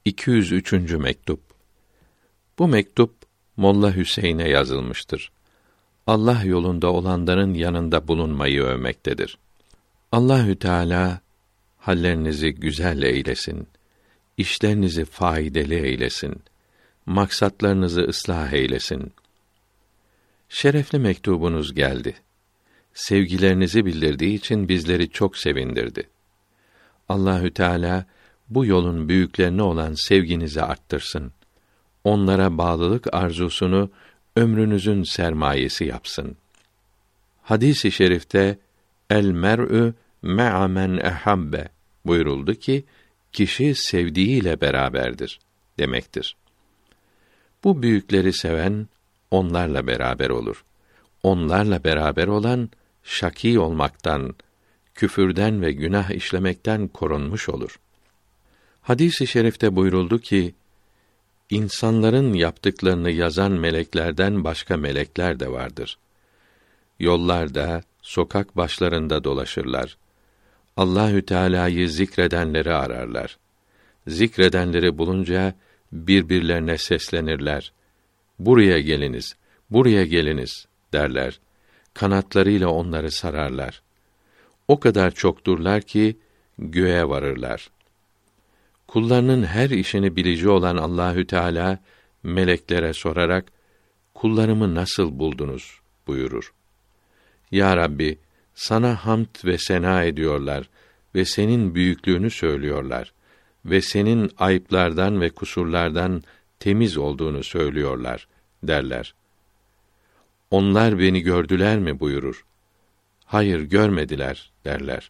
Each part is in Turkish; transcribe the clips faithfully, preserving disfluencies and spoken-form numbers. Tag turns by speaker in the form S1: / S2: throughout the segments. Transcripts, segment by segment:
S1: iki yüz üçüncü mektup. Bu mektup Molla Hüseyin'e yazılmıştır. Allah yolunda olanların yanında bulunmayı övmektedir. Allahü Teala hallerinizi güzel eylesin. İşlerinizi faydalı eylesin. Maksatlarınızı ıslah eylesin. Şerefli mektubunuz geldi. Sevgilerinizi bildirdiği için bizleri çok sevindirdi. Allahü Teala bu yolun büyüklerine olan sevginizi arttırsın. Onlara bağlılık arzusunu ömrünüzün sermayesi yapsın. Hadis-i şerifte el mer'ü me'a men ehabbe buyuruldu ki kişi sevdiğiyle beraberdir demektir. Bu büyükleri seven onlarla beraber olur. Onlarla beraber olan şakî olmaktan, küfürden ve günah işlemekten korunmuş olur. Hadis-i şerifte buyuruldu ki İnsanların yaptıklarını yazan meleklerden başka melekler de vardır. Yollarda, sokak başlarında dolaşırlar. Allahü Teala'yı zikredenleri ararlar. Zikredenleri bulunca birbirlerine seslenirler. Buraya geliniz, buraya geliniz derler. Kanatlarıyla onları sararlar. O kadar çokturlar ki göğe varırlar. Kullarının her işini bilici olan Allahü Teala meleklere sorarak kullarımı nasıl buldunuz buyurur. Ya Rabbi, sana hamd ve sena ediyorlar ve senin büyüklüğünü söylüyorlar ve senin ayıplardan ve kusurlardan temiz olduğunu söylüyorlar derler. Onlar beni gördüler mi buyurur. Hayır, görmediler derler.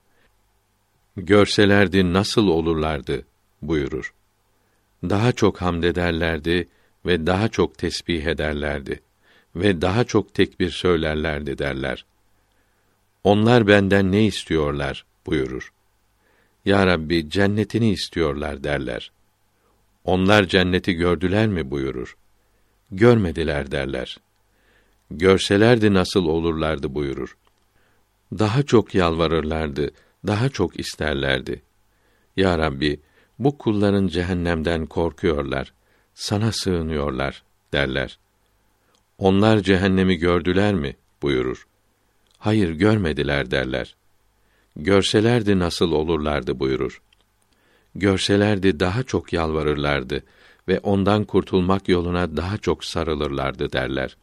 S1: Görselerdi nasıl olurlardı buyurur. Daha çok hamd ederlerdi ve daha çok tesbih ederlerdi ve daha çok tekbir söylerlerdi derler. Onlar benden ne istiyorlar buyurur. Ya Rabbi, cennetini istiyorlar derler. Onlar cenneti gördüler mi buyurur. Görmediler derler. Görselerdi nasıl olurlardı buyurur. Daha çok yalvarırlardı, daha çok isterlerdi. Ya Rabbi, bu kulların cehennemden korkuyorlar, sana sığınıyorlar derler. Onlar cehennemi gördüler mi buyurur. Hayır, görmediler derler. Görselerdi nasıl olurlardı buyurur. Görselerdi daha çok yalvarırlardı ve ondan kurtulmak yoluna daha çok sarılırlardı derler.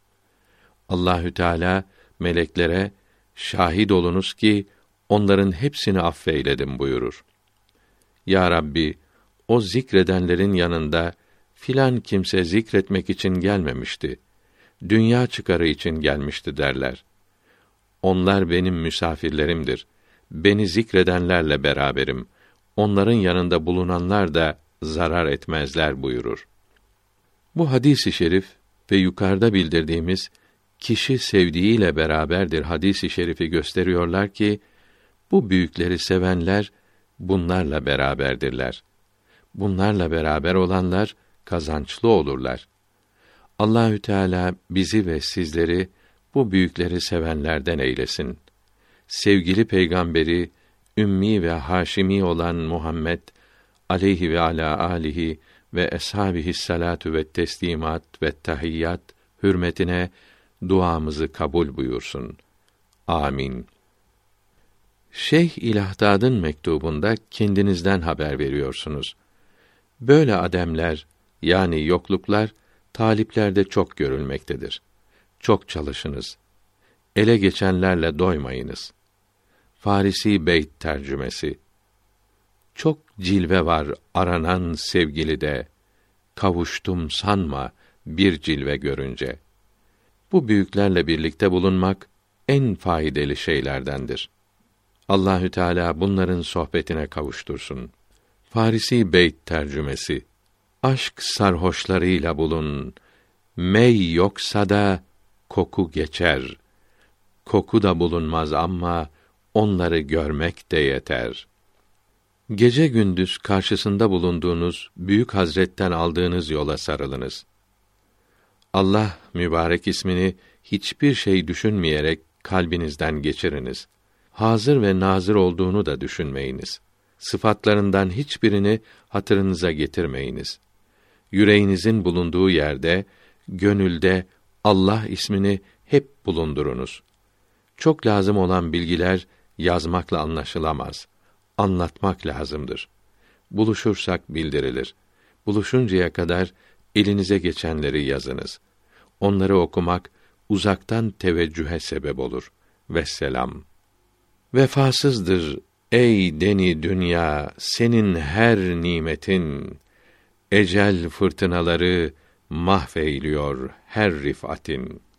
S1: Allahü Teala meleklere şahit olunuz ki onların hepsini affeyledim buyurur. Ya Rabbi, o zikredenlerin yanında filan kimse zikretmek için gelmemişti. Dünya çıkarı için gelmişti derler. Onlar benim misafirlerimdir. Beni zikredenlerle beraberim. Onların yanında bulunanlar da zarar etmezler buyurur. Bu hadis-i şerif ve yukarıda bildirdiğimiz kişi sevdiğiyle beraberdir hadis-i şerifi gösteriyorlar ki bu büyükleri sevenler bunlarla beraberdirler. Bunlarla beraber olanlar kazançlı olurlar. Allahü Teala bizi ve sizleri bu büyükleri sevenlerden eylesin. Sevgili peygamberi ümmi ve haşimi olan Muhammed aleyhi ve ala alihi ve eshabihi salatu ve teslimat ve tahiyyat hürmetine duamızı kabul buyursun. Amin. Şeyh İlahdad'ın mektubunda kendinizden haber veriyorsunuz. Böyle ademler yani yokluklar taliplerde çok görülmektedir. Çok çalışınız. Ele geçenlerle doymayınız. Farisi Beyt tercümesi. Çok cilve var aranan sevgilide, kavuştum sanma bir cilve görünce. Bu büyüklerle birlikte bulunmak en faydalı şeylerdendir. Allahü Teala bunların sohbetine kavuştursun. Farisi Beyt tercümesi. Aşk sarhoşlarıyla bulun. Mey yoksa da koku geçer. Koku da bulunmaz ama onları görmek de yeter. Gece gündüz karşısında bulunduğunuz büyük hazretten aldığınız yola sarılınız. Allah mübarek ismini hiçbir şey düşünmeyerek kalbinizden geçiriniz. Hazır ve nazır olduğunu da düşünmeyiniz. sıfatlarından hiçbirini hatırınıza getirmeyiniz. Yüreğinizin bulunduğu yerde, gönülde Allah ismini hep bulundurunuz. Çok lazım olan bilgiler yazmakla anlaşılamaz. Anlatmak lazımdır. Buluşursak bildirilir. Buluşuncaya kadar elinize geçenleri yazınız. Onları okumak uzaktan teveccühe sebep olur. Vesselam. Vefasızdır ey deni dünya senin her nimetin. Ecel fırtınaları mahveyliyor her rifatin.